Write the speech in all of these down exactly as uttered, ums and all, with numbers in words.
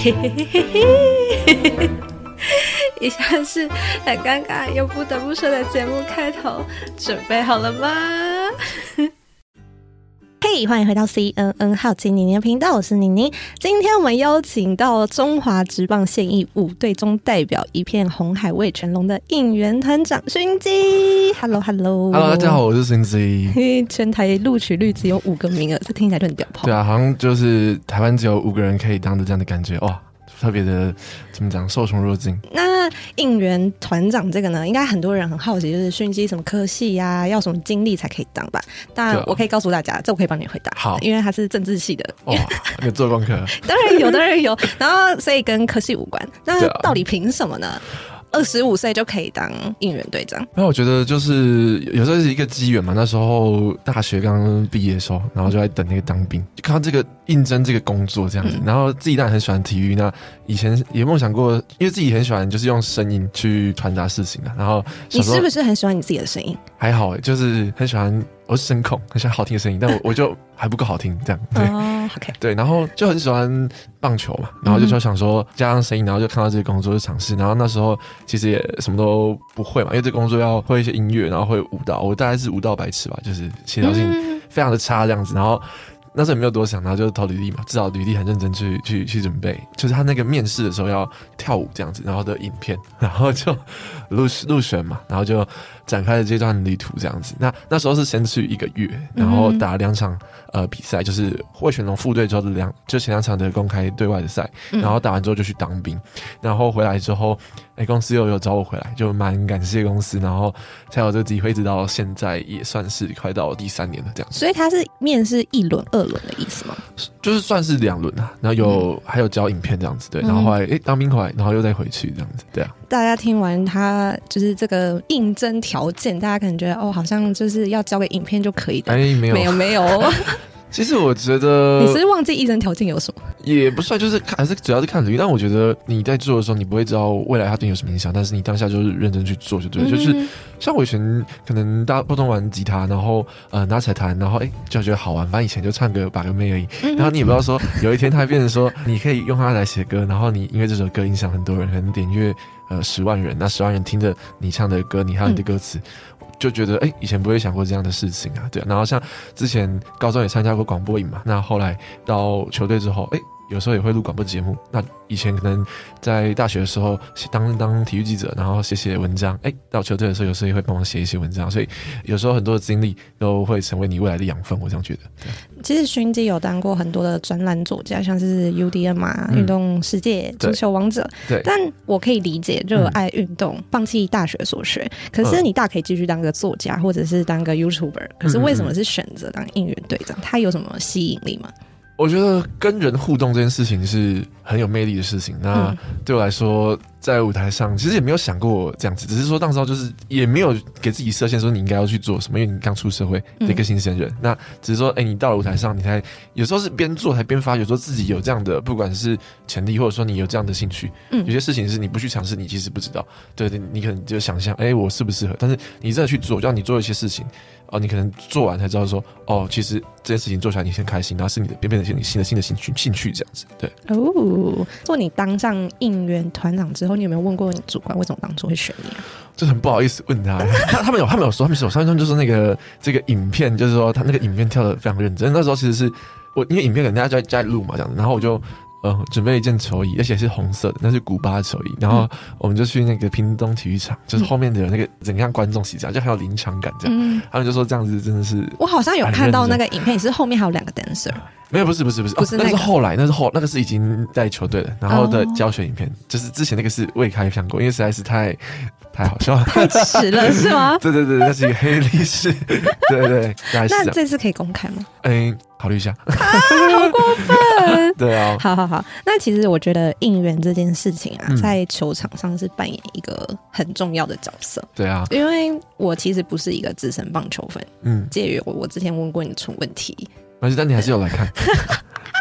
嘿嘿嘿嘿嘿，以下是很尴尬又不得不说的节目开头，准备好了吗？嘿、hey, 欢迎回到 C N N 好奇妮妮的频道，我是妮妮。今天我们邀请到中华职棒现役五队中代表一片红海味全龙的应援团长勋基。Hello Hello Hello 大家好，我是勋基。 全台录取率只有五个名额，这听起来就很屌炮。 对啊，好像就是台湾只有五个人可以当的这样的感觉，哇，特别的怎么讲，受宠若惊。 那应援团长这个呢，应该很多人很好奇，就是勋基什么科系啊，要什么经历才可以当吧？但我可以告诉大家，这我可以帮你回答。 好， 因为他是政治系的。 哇，有做功课？ 当然有，当然有。然后所以跟科系无关。那到底凭什么呢？二十五岁就可以当应援队长？ 那我觉得就是有时候是一个机缘嘛。那时候大学刚毕业的时候，然后就在等那个当兵，就看到这个应征这个工作这样子，嗯、然后自己当然很喜欢体育。那以前也梦想过，因为自己很喜欢就是用声音去传达事情的。然后你是不是很喜欢你自己的声音？ 还好、欸，就是很喜欢。我是声控，很喜欢好听的声音，但我我就还不够好听，这样对、 哦 okay. 对，然后就很喜欢棒球嘛，然后就就想说加上声音，然后就看到这个工作就尝试，然后那时候其实也什么都不会嘛，因为这个工作要会一些音乐，然后会舞蹈，我大概是舞蹈白痴吧，就是协调性非常的差这样子，然后。那时候也没有多想，然后就投履历嘛，至少履历很认真去去去准备，就是他那个面试的时候要跳舞这样子，然后的影片，然后就入入选嘛，然后就展开了这段旅途这样子。那那时候是先去一个月，然后打两场呃比赛，就是味全龙副队之后的两就前两场的公开对外的赛，然后打完之后就去当兵，然后回来之后，哎、欸，公司又有找我回来，就蛮感谢公司，然后才有这个机会，一直到现在也算是快到第三年了这样子。 所以他是面试一轮、二轮的意思吗？ 就是算是两轮啊，然后有、嗯、还有交影片这样子，对，然后后来哎、欸、当兵回来，然后又再回去这样子，对啊。 大家听完他就是这个应征条件，大家可能觉得哦，好像就是要交给影片就可以的。 哎、欸，没有， 没有，没有。 其实我觉得你是忘记应征条件有什么？ 也不算，就是看还是主要是看履历。但我觉得你在做的时候，你不会知道未来它对你有什么影响，但是你当下就是认真去做就对了。嗯、就是像我以前可能大家不同玩吉他，然后呃拿起来弹，然后哎、欸、就觉得好玩，反正以前就唱歌把个妹而已。嗯、然后你也不知道说有一天它会变成说你可以用它来写歌，然后你因为这首歌影响很多人，可能点阅呃十万人，那十万人听着你唱的歌，你还有你的歌词。嗯就觉得哎、欸，以前不会想过这样的事情啊，对啊。然后像之前高中也参加过广播营嘛，那后来到球队之后，哎、欸，有时候也会录广播节目。那以前可能在大学的时候当当体育记者，然后写写文章，哎、欸，到球队的时候有时候也会帮忙写一些文章，所以有时候很多的经历都会成为你未来的养分。我这样觉得。对， 其实勋基有当过很多的专栏作家，像是 U D M 啊、运、嗯、动世界、足球王者。 对， 但我可以理解热爱运动、嗯，放弃大学所学。可是你大可以继续当个作家，或者是当个 YouTuber。可是为什么是选择当应援队长？他有什么吸引力吗？ 我觉得跟人互动这件事情是很有魅力的事情。那对我来说，在舞台上其实也没有想过这样子，只是说当时候就是也没有给自己设限说你应该要去做什么，因为你刚出社会的一个新鲜人。嗯、那只是说，哎、欸，你到了舞台上，你才有时候是边做才边发觉，说自己有这样的不管是潜力，或者说你有这样的兴趣。嗯，有些事情是你不去尝试，你其实不知道。对，你可能就想象，哎、欸，我适不适合？但是你真的去做，让你做一些事情。哦，你可能做完才知道说，哦，其实这件事情做起来你很开心，然后是你的变变成你新的新的兴趣兴趣这样子，对。 哦，做你当上应援团长之后，你有没有问过你主管为什么当初会选你啊？ 就很不好意思问他，他他们有他们有说，他们手上就是那个这个影片，就是说他那个影片跳得非常认真。那时候其实是我因为影片可能大家就在在录嘛这样子，然后我就。呃，准备了一件球衣，而且是红色的，那是古巴的球衣。然后我们就去那个屏东体育场，就是后面的有那个整个像观众席这样，就很有临场感这样。嗯、他们就说这样子真的是， 我好像有看到那个影片，是后面还有两个 dancer。 没有，不是不是不是， 不是、那個哦、 那是后来，那是后那个是已经在球队了，然后的教学影片，哦、就是之前那个是未开箱过，因为实在是太太好笑了， 太迟了是吗？ 对对对，那是一个黑历史。对对对，大概是这样。 那这次可以公开吗？ 哎、欸，考虑一下。 啊，好过分！ 对啊， 好好好。那其实我觉得应援这件事情啊，嗯、在球场上是扮演一个很重要的角色。 对啊， 因为我其实不是一个资深棒球粉，嗯，介于我我之前问过你出问题。 但是你还是有来看。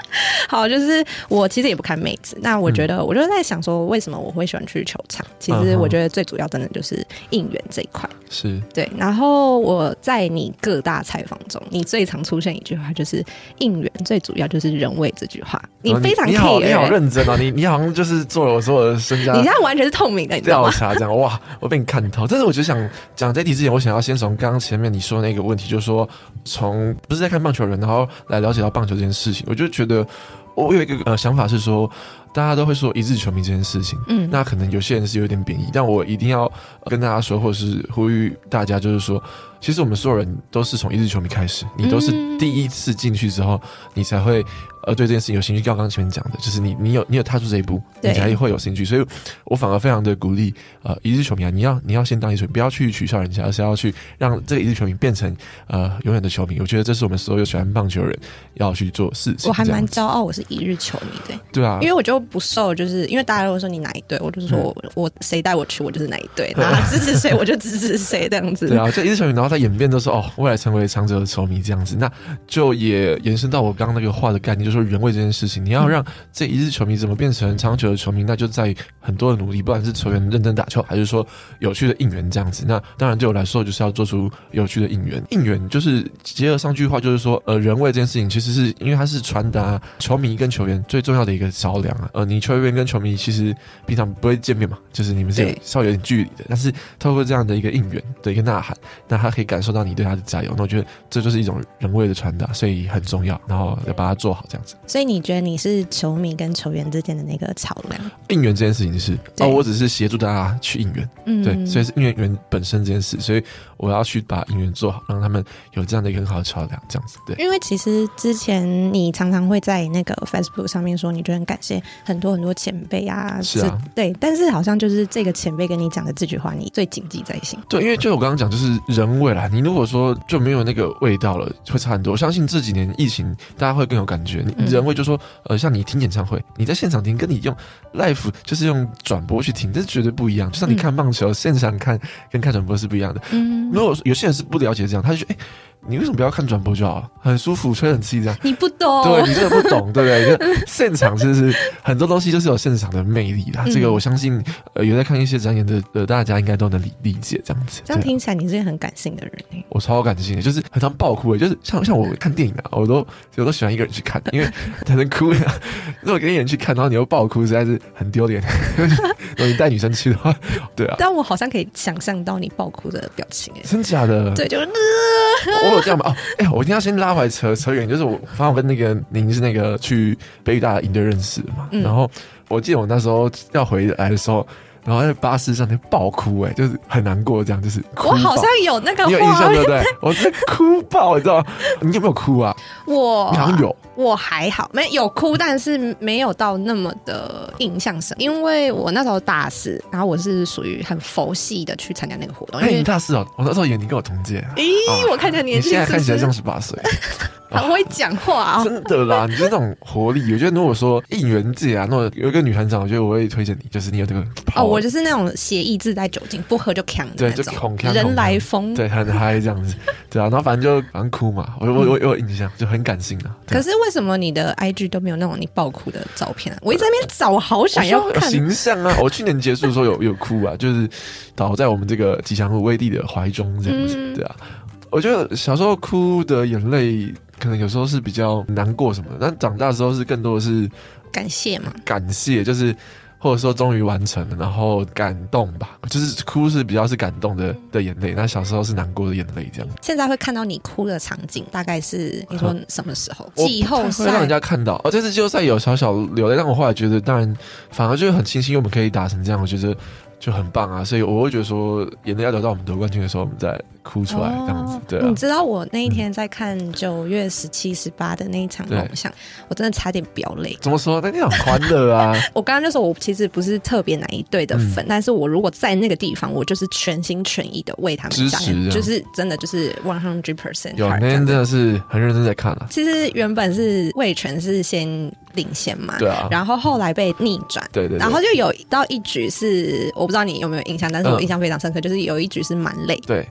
好，就是我其实也不看妹子，那我觉得、嗯、我就在想说为什么我会喜欢去球场，其实我觉得最主要真的就是应援这一块， 是对。然后我在你各大采访中，你最常出现一句话就是应援最主要就是人味这句话，你非常 care、 哦、你, 你, 好你好认真哦，你你好像就是做了我所有的身家， 你现在完全是透明的，你知道吗？ 调查这样，哇，我被你看透。但是我就想讲这题之前，我想要先从刚刚前面你说的那个问题，就是说从不是在看棒球人，然后来了解到棒球这件事情，我就觉得我有一个呃想法是说，大家都会说一日球迷这件事情，嗯，那可能有些人是有点贬义，但我一定要跟大家说，或者是呼吁大家，就是说，其实我们所有人都是从一日球迷开始，你都是第一次进去之后，你才会呃对这件事情有兴趣。刚刚前面讲的，就是你你有你有踏出这一步，你才会有兴趣。所以我反而非常的鼓励呃一日球迷啊，你要你要先当一日球迷，不要去取笑人家，而是要去让这个一日球迷变成呃永远的球迷。我觉得这是我们所有喜欢棒球的人要去做的事情。 我还蛮骄傲，我是一日球迷的。 对啊， 因为我就不受，就是因为大家都说你哪一队，我就是说我、嗯、我谁带我去，我就是哪一队，然后支持谁我就支持谁这样子。 对啊，就一日球迷，然后再演变都说哦，未来成为长者的球迷这样子，那就也延伸到我刚刚那个话的概念，就是说人味这件事情。你要让这一日球迷怎么变成长久的球迷，那就在于很多的努力，不管是球员认真打球，还是说有趣的应援这样子。那当然对我来说，就是要做出有趣的应援。应援就是结合上句话，就是说，呃，人味这件事情，其实是因为它是传达球迷跟球员最重要的一个桥梁啊。呃，你球员跟球迷其实平常不会见面嘛，就是你们是有稍微有点距离的，但是透过这样的一个应援的一个呐喊，那他可以感受到你对他的加油。那我觉得这就是一种人味的传达，所以很重要，然后要把它做好这样子。 所以你觉得你是球迷跟球员之间的那个桥梁？ 应援这件事情是，哦，我只是协助大家去应援，嗯，对，所以是应援员本身这件事，所以我要去把应援做好，让他们有这样的一个很好的桥梁，这样子。对， 因为其实之前你常常会在那个 Facebook 上面说，你觉得很感谢很多很多前辈啊， 是啊， 对，但是好像就是这个前辈跟你讲的这句话，你最谨记在心。 对，因为就我刚刚讲，就是人味啦，你如果说就没有那个味道了，会差很多。我相信这几年疫情，大家会更有感觉。你人味就说，呃，像你听演唱会，你在现场听，跟你用 live 就是用转播去听，这是绝对不一样。就像你看棒球，嗯、现场看跟看转播是不一样的。嗯，如果有些人是不了解这样，他就觉得，哎、欸，你为什么不要看转播就好了？很舒服，吹冷气这样。 你不懂， 对你真的不懂，对不对？就现场就是很多东西就是有现场的魅力啦。嗯、这个我相信，呃，有在看一些展演的呃大家应该都能理理解这样子。 这样听起来你是一个很感性的人欸。 我超感性的，就是很常爆哭的，就是像像我看电影啊，我都我都喜欢一个人去看，因为才能哭。如果跟一个人去看，然后你又爆哭，实在是很丢脸。如果你带女生去的话，对啊。 但我好像可以想象到你爆哭的表情，哎， 真假的？ 对，就是。 我有这样吧？哦，哎、欸，我一定要先拉回来扯扯远，就是我，反正我跟那个您是那个去北语大营队认识的嘛，嗯、然后我记得我那时候要回来的时候。然后在巴士上面爆哭，哎、欸，就是很难过，这样就是哭爆。 我好像有那个， 你有印象对不对？我是哭爆，你知道吗？你有没有哭啊？ 我你好像有， 我还好，没有哭，但是没有到那么的印象深，因为我那时候大四，然后我是属于很佛系的去参加那个活动。 哎、欸，你大四哦，我那时候以为你跟我同届。 咦、欸，我看起来年轻， 你现在看起来像十八岁。 很会讲话啊、哦！ 真的啦，你就那种活力。我觉得如果说应援界啊，那有一个女团长，我觉得我会推荐你，就是你有这个哦，我就是那种协议自带酒精，不喝就呛的那种， 对，就恐呛， 人来疯， 对，很嗨这样子，对啊，然后反正就反正哭嘛，我我我有印象，就很感性啊。 可是为什么你的 I G 都没有那种你爆哭的照片啊？我一直在那边找，我好想要看形象啊！我去年结束的时候有有哭啊，就是倒在我们这个吉祥物威帝的怀中这样子，嗯、对啊。我觉得小时候哭的眼泪，可能有时候是比较难过什么的，但长大之后是更多的是感谢嘛， 感谢就是或者说终于完成了，然后感动吧，就是哭是比较是感动的的眼泪，那小时候是难过的眼泪这样。 现在会看到你哭的场景，大概是你说什么时候？季后赛会让人家看到，哦，这次季后赛有小小流泪，但我后来觉得，当然反而就很庆幸，因为我们可以打成这样，我觉得就很棒啊，所以我会觉得说，眼泪要流到我们夺冠军的时候，我们再哭出来这样子。对啊， 你知道我那一天在看九月十七、十八的那一场梦想，我真的差点飙泪。 怎么说？那天很欢乐啊！ 我刚刚就说，我其实不是特别哪一队的粉，嗯、但是我如果在那个地方，我就是全心全意的为他们加油，就是真的就是一百 percent。 有那天真的是很认真在看啊。 其实原本是味全是先领先嘛， 对啊， 然后后来被逆转， 对 对, 对， 然后就有到一局是我不知道你有没有印象，但是我印象非常深刻，嗯、就是有一局是满垒， 对， 然后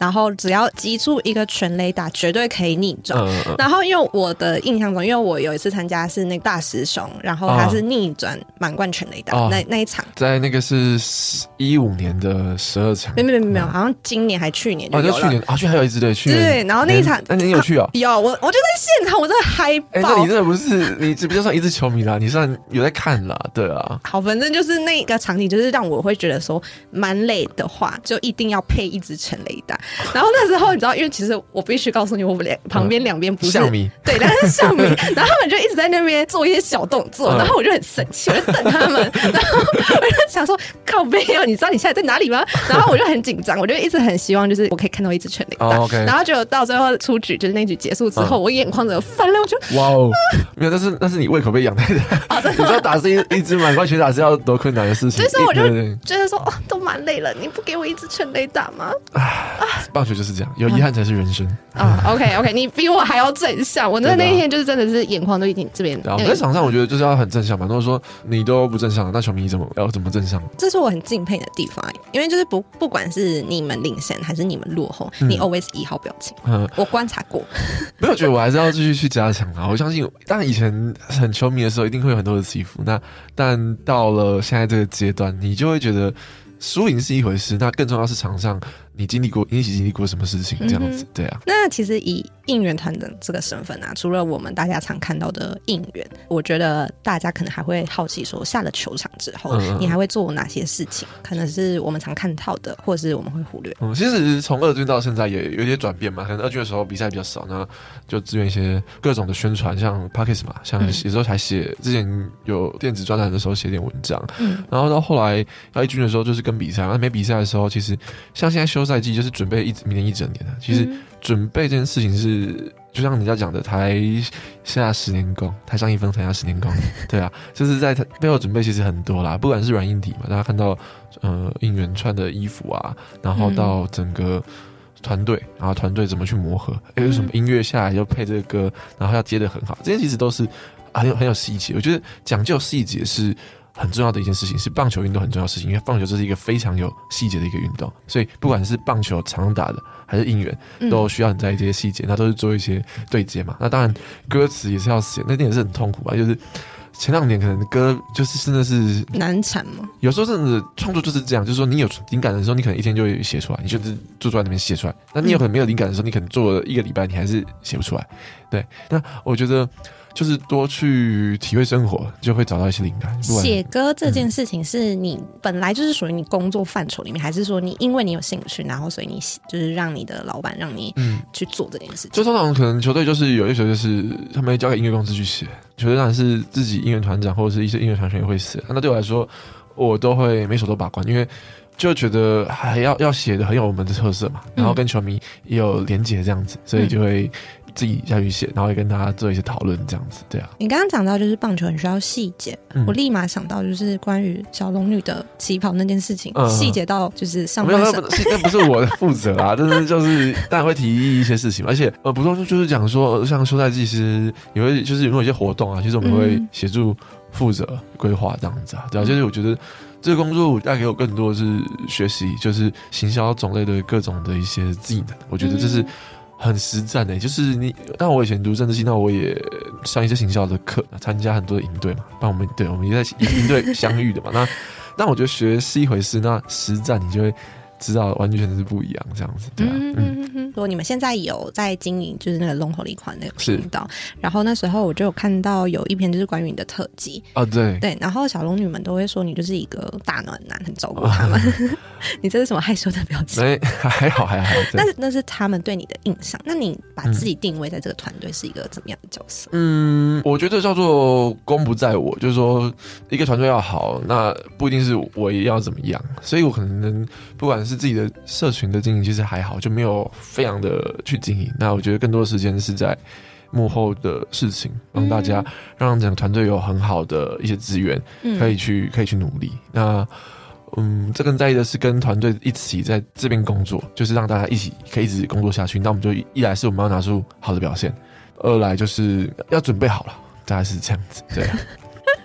只要击出一个全垒打，绝对可以逆转。 嗯、 然后因为我的印象中，因为我有一次参加是那个大师兄，然后他是逆转满贯全垒打、哦、那那一场， 在那个是一五年的十二场， 没有没有没有，好像今年还去年就有了。 哦，就去年啊，去年还有一支对，去年对，然后那一场， 那、欸、你有去啊？ 有，我我就在现场，我真的嗨爆。哎、欸， 那你真的不是你比较算一支球迷啦，你算有在看啦，对啊。 好，反正就是那个场景，就是让我会觉得说，蛮累的话，就一定要配一支全垒打。然后那时候你知道，因为其实我必须告诉你，我们两旁边两边不是象迷， 对，但是象迷，然后他们就一直在那边做一些小动作，嗯、然后我就很生气，我就等他们，然后我就想说，靠背啊，你知道你现在在哪里吗？然后我就很紧张，我就一直很希望就是我可以看到一支全垒打， 哦 okay、 然后就到最后出局，就是那局结束之后，嗯、我眼眶整个翻了，我就哇哦，没有，但是但是你胃口被养太大，你知道打是一一支满贯全打是要多困难的事情， 所以说我就觉得说，哦，都蛮累了，你不给我一支全垒打吗？ 啊，棒球就是这样，有遗憾才是人生。 啊、哦、，OK OK， 你比我还要正向，我那那一天就是真的是眼眶都已经这边。 对啊，在场上我觉得就是要很正向嘛。如果说你都不正向，那球迷怎么要怎么正向？ 这是我很敬佩的地方，因为就是不不管是你们领先还是你们落后，嗯、你 always 一号表情。嗯，我观察过。 没有觉得我还是要继续去加强啊！我相信，当然以前很球迷的时候，一定会有很多的起伏。那但到了现在这个阶段，你就会觉得输赢是一回事，那更重要是场上你经历过，你一起经历过什么事情，这样子，嗯、对啊。 那其实以应援团的这个身份啊，除了我们大家常看到的应援，我觉得大家可能还会好奇说，下了球场之后，嗯、你还会做哪些事情？可能是我们常看到的，或者是我们会忽略。 嗯，其实从二军到现在也有一些转变嘛，可能二军的时候比赛比较少，那就支援一些各种的宣传，像 Podcast 嘛，像有时候还写，之前有电子专栏的时候写点文章，嗯，然后到后来到一军的时候就是跟比赛，那没比赛的时候，其实像现在休赛季就是准备一明年一整年的，其实准备这件事情是就像人家讲的台下十年功，台上一分台下十年功，对啊，就是在背后准备其实很多啦，不管是软硬体嘛，大家看到呃应援穿的衣服啊，然后到整个团队，然后团队怎么去磨合，哎，有什么音乐下来就配这个歌，然后要接得很好，这些其实都是很有很有细节，我觉得讲究细节是很重要的一件事情，是棒球运动很重要的事情，因为棒球这是一个非常有细节的一个运动，所以不管是棒球常打的还是应援，都需要很在意这些细节，那都是做一些对接嘛。那当然歌词也是要写，那点也是很痛苦吧，就是前两年可能歌就是真的是难产嘛，有时候真的创作就是这样，就是说你有灵感的时候，你可能一天就会写出来，你就是就坐在那边写出来。那你有可能没有灵感的时候，你可能做了一个礼拜，你还是写不出来。对，那我觉得就是多去体会生活，就会找到一些灵感。 写歌这件事情是你本来就是属于你工作范畴里面，还是说你因为你有兴趣，然后所以你就是让你的老板让你去做这件事情？ 就通常可能球队就是有一些球队是他们会交给音乐公司去写，球队当然是自己音乐团长或者是一些音乐团员会写。那对我来说，我都会每首都把关，因为就觉得还要要写的很有我们的特色嘛，然后跟球迷也有连结这样子，所以就会自己下去写，然后也跟大家做一些讨论这样子，对啊。 你刚刚讲到就是棒球很需要细节、嗯，我立马想到就是关于小龙女的起跑那件事情，细、嗯、节到就是上半身。 没有，那不是我的负责啊，但是就是当然会提议一些事情，而且呃，补充就是讲说，像休赛季其实也会就是有一些活动啊，其实我们会协助负责规划这样子啊，对啊，就是我觉得这个工作带给我更多的是学习，就是行销种类的各种的一些技能，我觉得这是很实战的、欸，就是你，但我以前读政治系，那我也上一些行销的课，参加很多的营队嘛，帮我们，对，我们也在营队相遇的嘛。那，但我觉得学是一回事，那实战你就会知道完全是不一样，这样子，对啊。嗯嗯嗯。如果你们现在有在经营，就是那个龙头一款那个频道，然后那时候我就有看到有一篇就是关于你的特辑啊，对对，然后小龙女们都会说你就是一个大暖男，很照顾他们。啊、你这是什么害羞的表情？ 没，还好还好。 但是那是他们对你的印象。那你把自己定位在这个团队是一个怎么样的角色？ 嗯，我觉得叫做功不在我，就是说一个团队要好，那不一定是我也要怎么样，所以我可能不管是自己的社群的经营，其实还好，就没有非常的去经营。那我觉得更多的时间是在幕后的事情，让大家、嗯、让整个团队有很好的一些资源，可以去、嗯、可以去努力。那嗯，这更在意的是跟团队一起在这边工作，就是让大家一起可以一直工作下去。那我们就一来是我们要拿出好的表现，二来就是要准备好了，大概是这样子，对。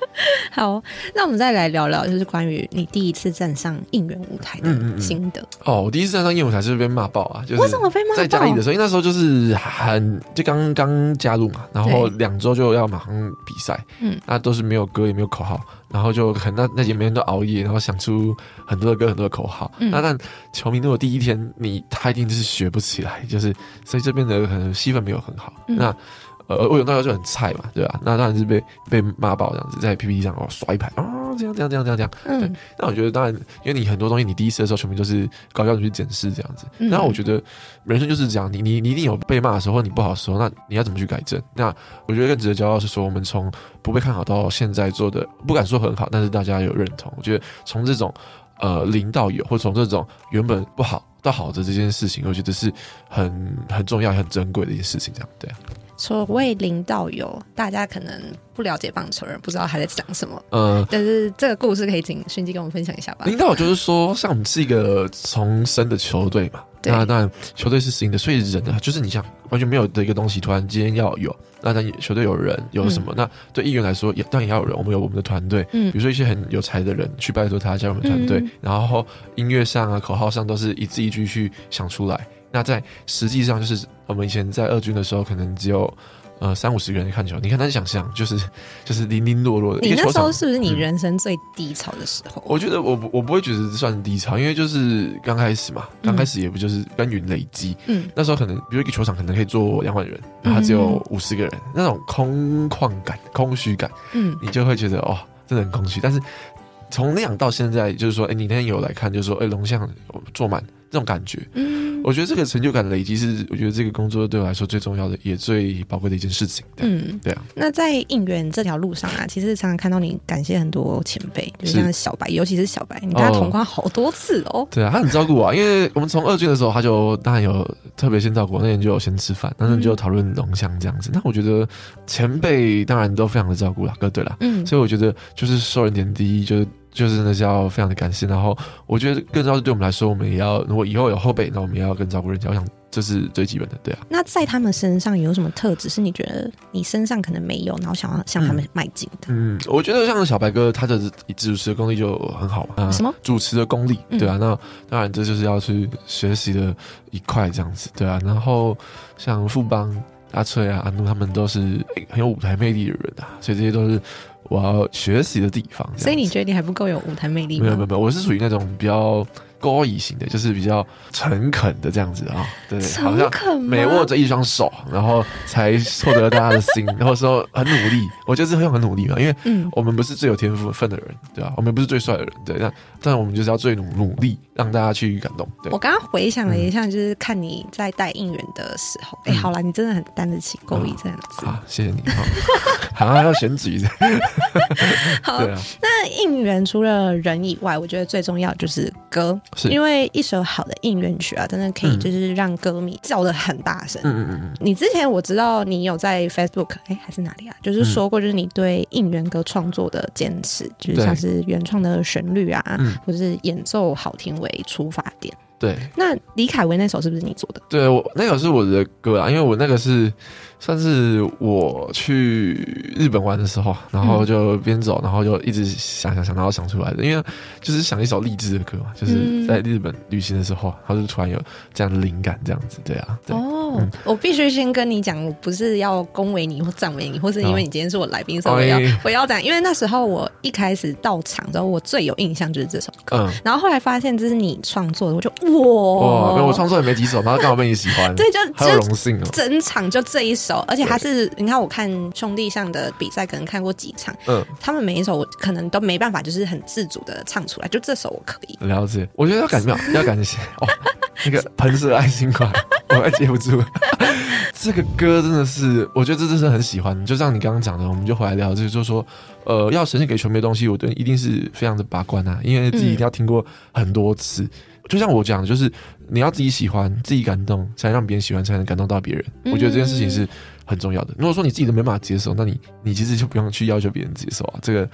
好，那我们再来聊聊，就是关于你第一次站上应援舞台的心得。嗯嗯嗯哦，我第一次站上应援舞台是被骂爆啊！就是为什么被骂爆？ 在嘉义的时候，因为那时候就是很就刚刚加入嘛，然后两周就要马上比赛，嗯，那都是没有歌也没有口号，然后就可能那那几每天都熬夜，然后想出很多的歌很多的口号。嗯、那但球迷如果第一天你他一定就是学不起来，就是所以这边的可能戏份没有很好。嗯、那呃，我有那时候就很菜嘛，对吧？那当然是被被骂爆这样子，在 P P T 上哦刷一排啊，这样这样这样这样这样。嗯，那我觉得当然，因为你很多东西你第一次的时候，球迷都是高标准去检视这样子。嗯、然后我觉得人生就是这样，你你你一定有被骂的时候，或你不好的时候，那你要怎么去改正？那我觉得更值得骄傲是说，我们从不被看好到现在做的，不敢说很好，但是大家有认同。我觉得从这种呃零到有，或从这种原本不好到好的这件事情，我觉得是很很重要、很珍贵的一件事情。这样对啊。 所谓零到有，大家可能不了解棒球人，不知道他在讲什么。呃，但是这个故事可以请勋基跟我们分享一下吧。 零到有就是说，像我们是一个重生的球队嘛，那当然球队是新的，所以人呢，就是你想完全没有的一个东西，突然间要有，那但球队有人有什么？嗯、那对议员来说，也当然也要有人，我们有我们的团队，嗯，比如说一些很有才的人去拜托他加入我们团队，嗯、然后音乐上啊、口号上都是一字一句去想出来。那在实际上就是我们以前在二军的时候，可能只有呃三五十个人看球，你看难想象，就是就是零零落落的。 你那时候是不是你人生最低潮的时候？ 嗯、我觉得我不我不会觉得算低潮，因为就是刚开始嘛，刚开始也不就是耕耘累积。嗯，那时候可能比如一个球场可能可以坐两万人，然后它只有五十个人，嗯、那种空旷感、空虚感，嗯，你就会觉得哦，真的很空虚。但是从那样到现在，就是说，哎、欸，你那天有来看，就是说，哎、欸，龙象坐满。这种感觉，嗯，我觉得这个成就感累积是，我觉得这个工作对我来说最重要的，也最宝贵的一件事情。嗯，对啊。 那在应援这条路上啊，其实常常看到你感谢很多前辈，就像小白，尤其是小白，你跟他同框好多次哦。 对啊，他很照顾我啊，因为我们从二军的时候，他就当然有特别先照顾我，那天就有先吃饭，那天就讨论龙象这样子。那我觉得前辈当然都非常的照顾啦，哥对啦，嗯，所以我觉得就是受人点滴，就是。就是真的是要非常的感谢，然后我觉得更重要是对我们来说，我们也要如果以后有后辈，那我们也要更照顾人家，我想这是最基本的，对啊。 那在他们身上有什么特质是你觉得你身上可能没有，然后想要向他们迈进的？ 嗯，我觉得像小白哥，他的主持的功力就很好嘛。 什么？ 主持的功力，对啊。嗯、那当然这就是要去学习的一块这样子，对啊。然后像富邦、阿翠啊、阿怒他们都是、欸、很有舞台魅力的人啊，所以这些都是。我要学习的地方， 所以你觉得你还不够有舞台魅力吗？ 没有没有没有，我是属于那种比较高义型的，就是比较诚恳的这样子啊，对，好像每握着一双手，然后才获得大家的心，然后说很努力，我觉得是很很努力嘛，因为我们不是最有天赋分的人，对吧、啊？我们不是最帅的人，对，但但我们就是要最努努力，让大家去感动。对， 我刚刚回想了一下，就是看你在带应援的时候，哎、嗯欸，好啦，你真的很担得起够力这样子。 啊，谢谢你，好像要选举的。 好，对啊，那应援除了人以外，我觉得最重要就是歌，因为一首好的应援曲啊，真的可以就是让歌迷叫得很大声。嗯嗯嗯。你之前我知道你有在 Facebook 哎、欸、还是哪里啊，就是说过就是你对应援歌创作的坚持，就是像是原创的旋律啊，嗯、或者是演奏好听为出发点。 对， 那李凯威那首是不是你做的？ 对，我那首是我的歌啊，因为我那个是算是我去日本玩的时候，然后就边走，然后就一直想想想，然后想出来的。因为就是想一首励志的歌嘛，就是在日本旅行的时候，然后就突然有这样的灵感，这样子，对啊。对哦、嗯，我必须先跟你讲，我不是要恭维你或赞美你，或是因为你今天是我来宾，所以我要、哦、我要讲，因为那时候我一开始到场之后，我最有印象就是这首歌，嗯、然后后来发现这是你创作的，我就哇， 哇，我创作也没几首，然后刚好被你喜欢， 对，就还有荣幸哦， 整场就这一首，而且它是你看我看兄弟象的比赛，可能看过几场，嗯，他们每一首我可能都没办法，就是很自主的唱出来，就这首我可以了解，我觉得要感谢，要感谢哦，那个喷射爱心款，我还接不住。这个歌真的是，我觉得这真是很喜欢。就像你刚刚讲的，我们就回来聊，就是说，呃，要呈现给球迷的东西，我对一定是非常的把关啊，因为自己一定要听过很多次。嗯、就像我讲的，就是你要自己喜欢、自己感动，才让别人喜欢，才能感动到别人。嗯、我觉得这件事情是很重要的。如果说你自己都没办法接受，那你你其实就不用去要求别人接受啊。这个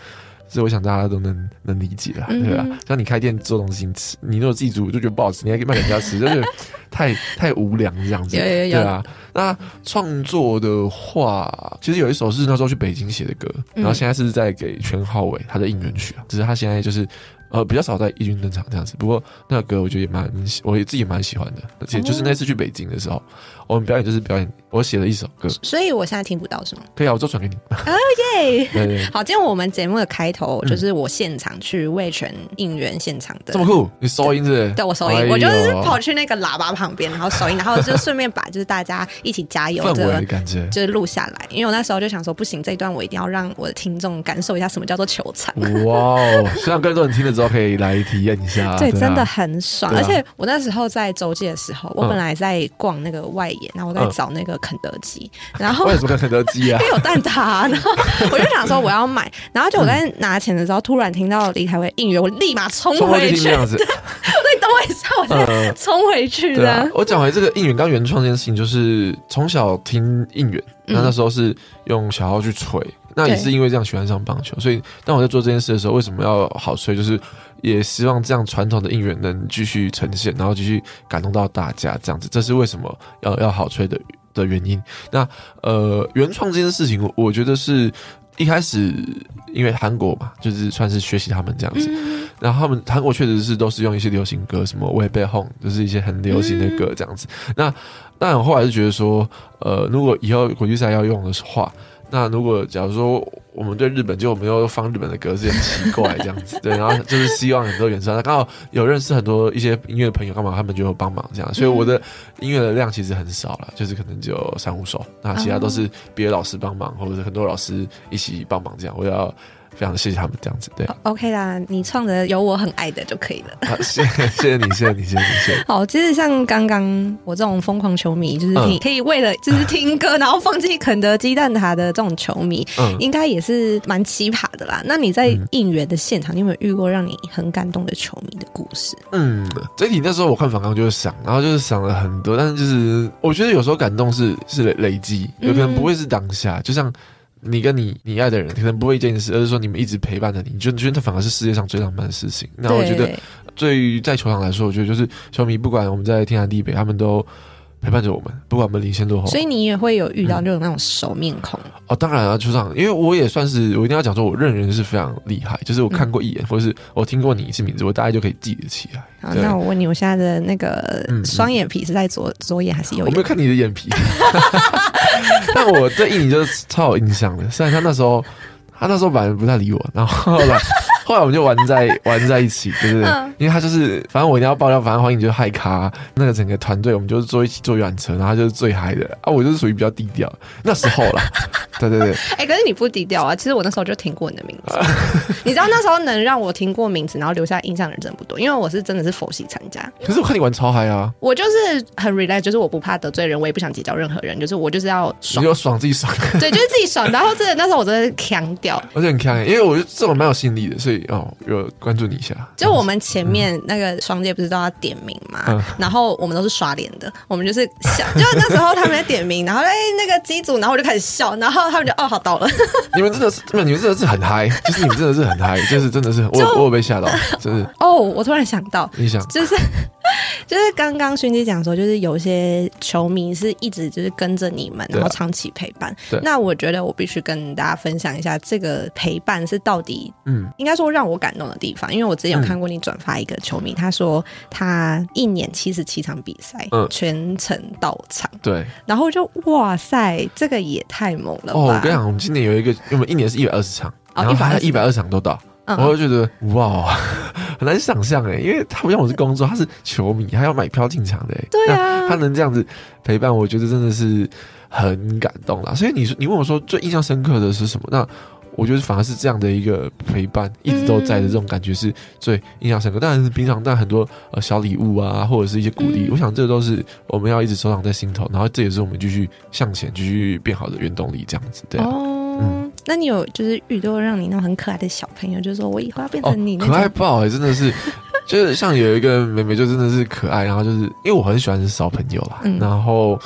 所以我想大家都能能理解啦，对吧？像你开店做东西吃，你如果自己煮就觉得不好吃，你还可以卖给人家吃，就是太太无良这样子， 有有有对啊。那创作的话，其实有一首是那时候去北京写的歌，然后现在是在给全浩伟他的应援曲啊，只是他现在就是呃比较少在义军登场这样子。不过那个歌我觉得也蛮，我也自己也蛮喜欢的，而且就是那次去北京的时候，我们表演就是表演我写了一首歌， 所以我现在听不到是吗？ 可以啊，我就传给你。 哦耶！ 对对， 好，今天我们节目的开头就是我现场去味全应援现场的， 这么酷，你收音是不是？ 对，我收音，哎、我就是跑去那个喇叭旁边，然后收音，然后就顺便把就是大家一起加油氛围的感觉， 就是录下来。因为我那时候就想说，不行，这一段我一定要让我的听众感受一下什么叫做球场。 哇哦！希望更多人听了之后可以来体验一下。 对， 对啊、 真的很爽、 啊。 而且我那时候在洲际的时候，我本来在逛那个外野，然后我在找那个肯德基，嗯、然后为什么跟肯德基啊？ 因为有蛋挞、啊，然后我就想说我要买，然后就我在拿钱的时候，突然听到李凯威应援，我立马冲回去， 这样子。 对，等我一下，我再冲回去的。 嗯啊、我讲回这个应援刚原创这件事情，就是从小听应援，那那时候是用小号去吹。嗯那也是因为这样喜欢上棒球，所以当我在做这件事的时候，为什么要好吹？就是也希望这样传统的应援能继续呈现，然后继续感动到大家，这样子，这是为什么要要好吹的的原因。那呃，原创这件事情，我觉得是一开始因为韩国嘛，就是算是学习他们这样子，嗯、然后他们韩国确实是都是用一些流行歌，什么 Way Back Home， 就是一些很流行的歌这样子。嗯、那那我后来是觉得说，呃，如果以后国际赛要用的话。那如果假如说我们对日本，就我们又放日本的歌是很奇怪这样子，对，然后就是希望很多原创，那刚好有认识很多一些音乐的朋友，干嘛他们就有帮忙这样，所以我的音乐的量其实很少了，就是可能只有三五首，那其他都是别的老师帮忙，或者是很多老师一起帮忙这样，我要非常谢谢他们这样子，对 ，OK 啦，你创的有我很爱的就可以了。 好，谢谢谢谢你，谢谢你，谢谢你，谢谢。 好，其实像刚刚我这种疯狂球迷，就是听、嗯、可以为了就是听歌，然后放弃肯德基蛋挞的这种球迷，嗯，应该也是蛮奇葩的啦。那你在应援的现场，你有没有遇过让你很感动的球迷的故事？ 嗯，这一题那时候我看访纲就是想，然后就是想了很多，但是就是我觉得有时候感动是是累累积，有可能不会是当下，嗯、就像。你跟你你爱的人可能不会一件事，而是说你们一直陪伴着你，你就觉得它反而是世界上最浪漫的事情。那我觉得，对于在球场来说，我觉得就是球迷，不管我们在天南地北，他们都陪伴着我们，不管我们领先落后。 所以你也会有遇到这种那种熟面孔、嗯、 哦，当然啊，球场，因为我也算是，我一定要讲说，我认人是非常厉害，就是我看过一眼，嗯、或者是我听过你一次名字，我大概就可以记得起来。 好，那我问你，我现在的那个双眼皮是在左、嗯、左眼还是右眼？ 我没有看你的眼皮。但我对印尼就是超有印象的，虽然他那时候他那时候本来不太理我，然后后来后来我们就玩在玩在一起，对不对？嗯、因为他就是反正我一定要爆料，反正黄颖就是嗨咖，那个整个团队我们就是坐一起坐游览车，然后他就是最嗨的啊，我就是属于比较低调那时候啦。对对对， 哎、欸，可是你不低调啊！其实我那时候就听过你的名字，你知道那时候能让我听过名字，然后留下印象的人真的不多，因为我是真的是佛系参加。 可是我看你玩超嗨啊！ 我就是很 relax， 就是我不怕得罪人，我也不想结交任何人，就是我就是要爽， 你就爽自己爽， 对，就是自己爽。然后真的那时候我真的强掉， 而且很强，因为我觉得这种蛮有吸引力的，所以哦，有关注你一下。 就我们前面那个双界不是都要点名嘛，嗯、然后我们都是刷脸的，我们就是笑，就那时候他们在点名，然后哎、欸、那个机组，然后我就开始笑，然后他们就哦好到了。 你们真的是，你们真的是很嗨，就是你们真的是很嗨，就是真的是我我有被吓到，真是。 哦，我突然想到， 你想， 就是就是刚刚勋基讲说，就是有些球迷是一直就是跟着你们，然后长期陪伴。 对， 那我觉得我必须跟大家分享一下，这个陪伴是到底，嗯，应该说让我感动的地方，因为我之前有看过你转发一个球迷，嗯、他说他一年七十七场比赛，嗯，全程到场， 对，然后就哇塞，这个也太猛了吧！ 哦，我跟你讲，我们今年有一个，我们一年是一百二十场，然后他一百二十场都到。嗯、我就觉得哇，很难想象哎，因为他不像我是工作，他是球迷，还要买票进场的哎。 对啊， 他能这样子陪伴，我觉得真的是很感动啦。所以你你问我说最印象深刻的是什么？那我觉得反而是这样的一个陪伴，一直都在的这种感觉是最印象深刻。当然是平常，但很多呃小礼物啊，或者是一些鼓励，嗯、我想这都是我们要一直收藏在心头，然后这也是我们继续向前、继续变好的原动力，这样子对啊。哦嗯，那你有就是遇到让你那种很可爱的小朋友，就是说我以后要变成你那种、 哦、可爱爆哎、欸，真的是，就是像有一个妹妹就真的是可爱，然后就是因为我很喜欢小朋友啦，嗯、然后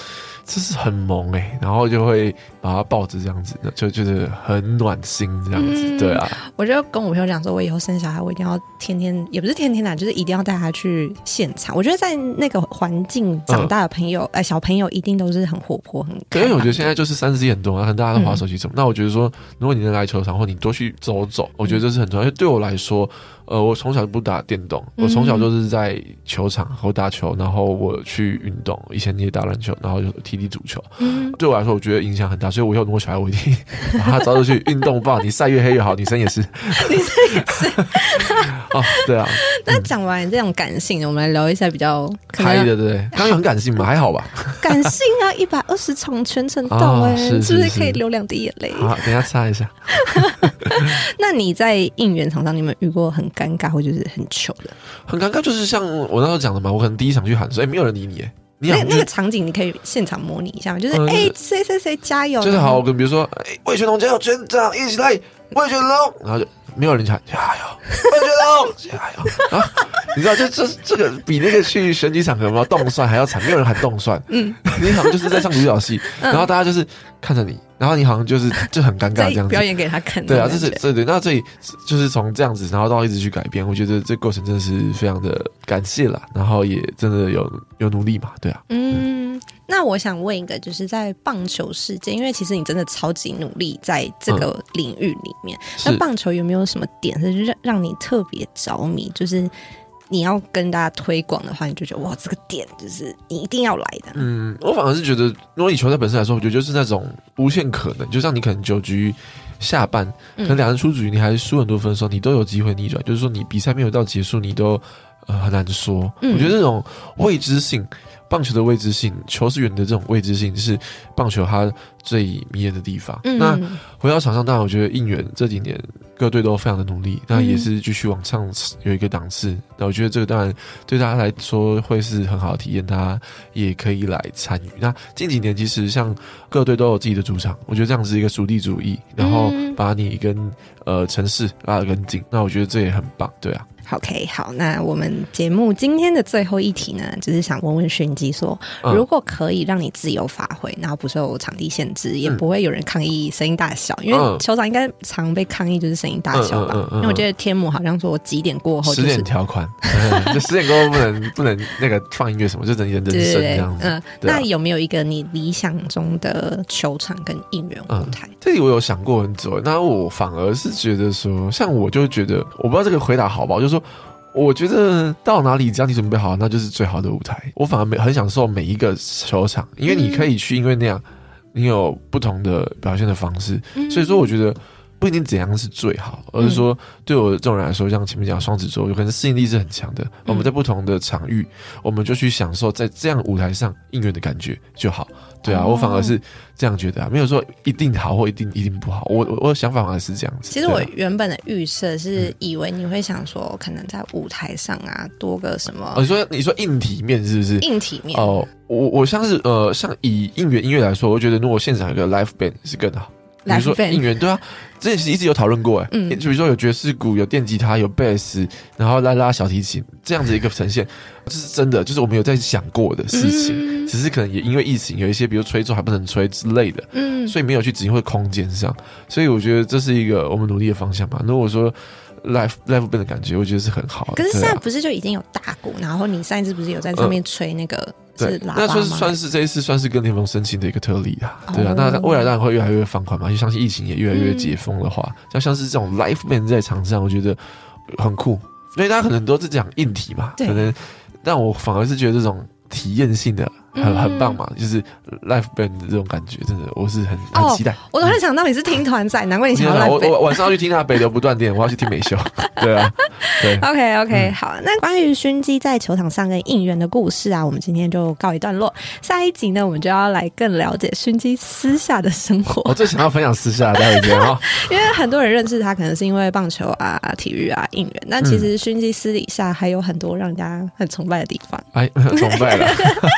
就是很萌哎、欸，然后就会把它抱着这样子，就觉得很暖心这样子，嗯、对啊。 我就跟我朋友讲说，我以后生小孩，我一定要天天，也不是天天啦，就是一定要带他去现场。我觉得在那个环境长大的朋友，嗯、呃，小朋友一定都是很活泼、很开放的。 对，因为我觉得现在就是三 C 很多，可能大家都滑手机什么。嗯、那我觉得说，如果你能来球场，或你多去走走，我觉得这是很重要。因为对我来说，呃，我从小不打电动，我从小就是在球场和打球，然后我去运动，以前也打篮球，然后就踢踢足球。嗯、对我来说，我觉得影响很大，所以我以后如果小孩，我一定把他招出去运动棒，你晒越黑越好，女生也是， 女生也是。 哦，对啊。 那讲完这种感性的，我们来聊一下比较嗨的，对不对？刚刚有很感性吗？还好吧。 感性啊，一百二十场全程到哎、欸， 哦、是, 是, 是不是可以流两滴眼泪？ 好，等一下擦一下。 那你在应援场上，你有没有遇过很尴尬或就是很糗的？ 很尴尬，就是像我那时候讲的嘛，我可能第一场去喊说，哎、欸，没有人理你，哎。 那那个场景你可以现场模拟一下吗？就是哎，谁谁谁加油！ 就是好，我跟比如说，哎，魏全龙加油，全场一起来，魏全龙，然后就没有人喊加油，魏全龙加油啊！你知道，就这这个比那个去选举场合嘛，动算还要惨，没有人喊动算，嗯，你好像就是在唱独角戏，然后大家就是看着你，然后你好像就是就很尴尬这样子表演给他看。 对啊，这是对对，那这里就是从这样子，然后到一直去改变，我觉得这过程真的是非常的感谢啦，然后也真的有有努力嘛，对啊， 嗯。嗯，那我想问一个，就是在棒球世界，因为其实你真的超级努力在这个领域里面，嗯、那棒球有没有什么点是让让你特别着迷？就是你要跟大家推广的话，你就觉得哇，这个点就是你一定要来的。 嗯，我反而是觉得，如果以球赛本身来说，我觉得就是那种无限可能，就像你可能九局下半，可能两人出局，你还输很多分的时候，你都有机会逆转。就是说，你比赛没有到结束，你都呃很难说。嗯、我觉得这种未知性。棒球的未知性，球是圆的这种未知性是棒球它最迷人的地方。嗯、那回到场上，当然我觉得应援这几年各队都非常的努力，那也是继续往上有一个档次。那我觉得这个当然对大家来说会是很好的体验，大家也可以来参与。那近几年其实像各队都有自己的主场，我觉得这样是一个属地主义，然后把你跟呃城市拉得更近。那我觉得这也很棒，对啊。 OK， 好，那我们节目今天的最后一题呢，就是想问问迅基说，嗯、如果可以让你自由发挥，然后不受场地限制，也不会有人抗议声音大小，因为球场应该常被抗议就是声音大小吧？嗯嗯嗯嗯、因为我觉得天母好像说几点过后、就是， 十点条款，嗯、就十点过后不能不能那个放音乐什么，就等人人声这样子。嗯，啊、 那有没有一个你理想中的球场跟应援舞台？嗯、 这里我有想过很久，那我反而是觉得说，像我就觉得，我不知道这个回答好不好，就是说。我觉得到哪里只要你准备好，那就是最好的舞台。我反而没很享受每一个球场，因为你可以去，因为那样你有不同的表现的方式。嗯、所以说，我觉得不一定怎样是最好，而是说对我这种人来说，像前面讲双子座，有可能适应力是很强的。我们在不同的场域，我们就去享受在这样舞台上应援的感觉就好。对啊，我反而是这样觉得啊，没有说一定好或一定一定不好。我我我的想法反而是这样子。 其实我原本的预设是以为你会想说，可能在舞台上啊多个什么。 哦，你说你说硬体面是不是？ 硬体面哦，我我像是呃，像以应援音乐来说，我觉得如果现场有个 live band 是更好。比如说应援，对啊，这其实一直有讨论过哎，嗯，比如说有爵士鼓、有电吉他、有贝斯，然后来拉小提琴这样子一个呈现，这是真的，就是我们有在想过的事情，嗯、只是可能也因为疫情有一些，比如吹奏还不能吹之类的，嗯，所以没有去执行或空间上，所以我觉得这是一个我们努力的方向吧。如果说 live live band 的感觉，我觉得是很好的。 可是现在不是就已经有大鼓，然后你上一次不是有在上面吹那个？呃对，那算是算是这一次算是跟联盟申请的一个特例啊，对啊，那未来当然会越来越放宽嘛，就相信疫情也越来越解封的话，像、嗯、像是这种 live band 在场上，我觉得很酷，因为大家可能都是讲硬体嘛，可能，但我反而是觉得这种体验性的很很棒嘛，就是 live band 的这种感觉，真的我是很很期待。哦、 我突然想到你是听团仔，难怪你想要 live band。 我我晚上要去听他北流不断电，我要去听美秀。对啊，对。 OK OK，、嗯、好，那关于勋基在球场上跟应援的故事啊，我们今天就告一段落。下一集呢，我们就要来更了解勋基私下的生活。 我最想要分享私下的待会见哈， 因为很多人认识他，可能是因为棒球啊、体育啊、应援，但其实勋基私底下还有很多让人家很崇拜的地方。 哎，崇拜了。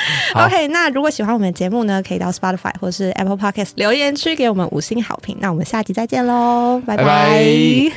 OK， 那如果喜欢我们的节目呢，可以到 Spotify 或是 Apple Podcast 留言区给我们五星好评。那我们下集再见喽，拜拜。拜拜。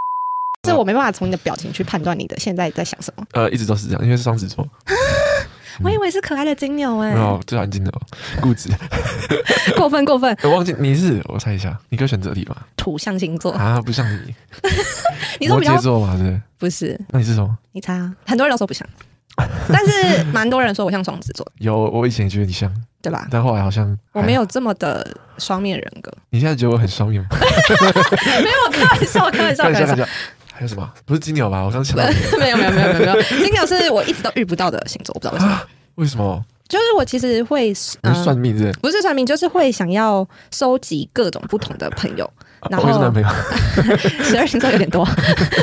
这我没办法从你的表情去判断你的现在在想什么。 呃，一直都是这样，因为是双子座。 我以为是可爱的金牛哎、 没有，最安静的固执， 过分过分。 我忘记你是，我猜一下，你可以选择题吗？ 土象星座啊，不像你， 你说比较摩羯座嘛，对不对？ 不是， 那你是什么？ 你猜啊？很多人都说不像，但是蛮多人说我像双子座， 有，我以前觉得你像， 对吧？ 但后来好像我没有这么的双面人格。 你现在觉得我很双面吗？ 没有，开玩笑，开玩笑，开玩笑。 还有什么？不是金牛吧？我刚想到没有，没有，没有，没有，没有。金牛是我一直都遇不到的星座，我不知道为什么。 为什么？ 就是我其实会， 呃、算命是不是？ 不是算命，就是会想要收集各种不同的朋友。然后， 我是男朋友。 十二星座有点多。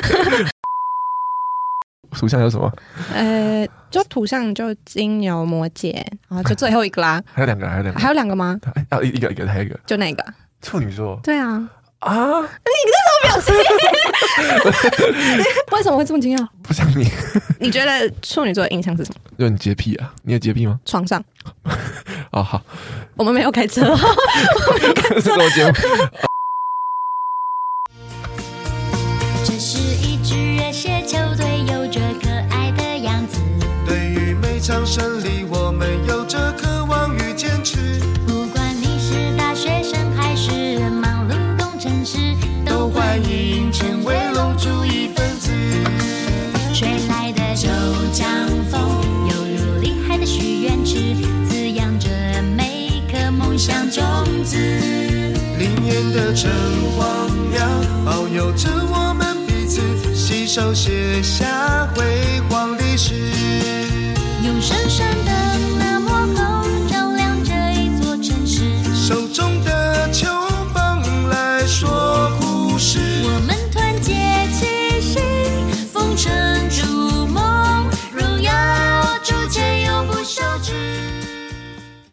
土象有什么？ 呃，就土象就金牛、摩羯，然后就最后一个啦。 还有两个，还有两个， 还有两个吗？ 啊，一个一个，还有一个， 就那个处女座。 对啊。 啊！ 你这什么表情？为什么会这么惊讶？ 不像你。 你觉得处女座的印象是什么？ 就很洁癖啊！你有洁癖吗？ 床上。 哦，好。 我们没有开车，我没有开车。 这是我节目。 这是一支热血球队，有着可爱的样子。 对于每场胜利，我们有着渴望与坚持。 不管你是大学生还是忙碌工程师， 都欢迎成为龙珠一份子。 吹来的九江风，犹如厉害的许愿池，滋养着每颗梦想种子。 林烟的橙黄苗，保佑着我们彼此，携手写下辉煌历史。 用深深的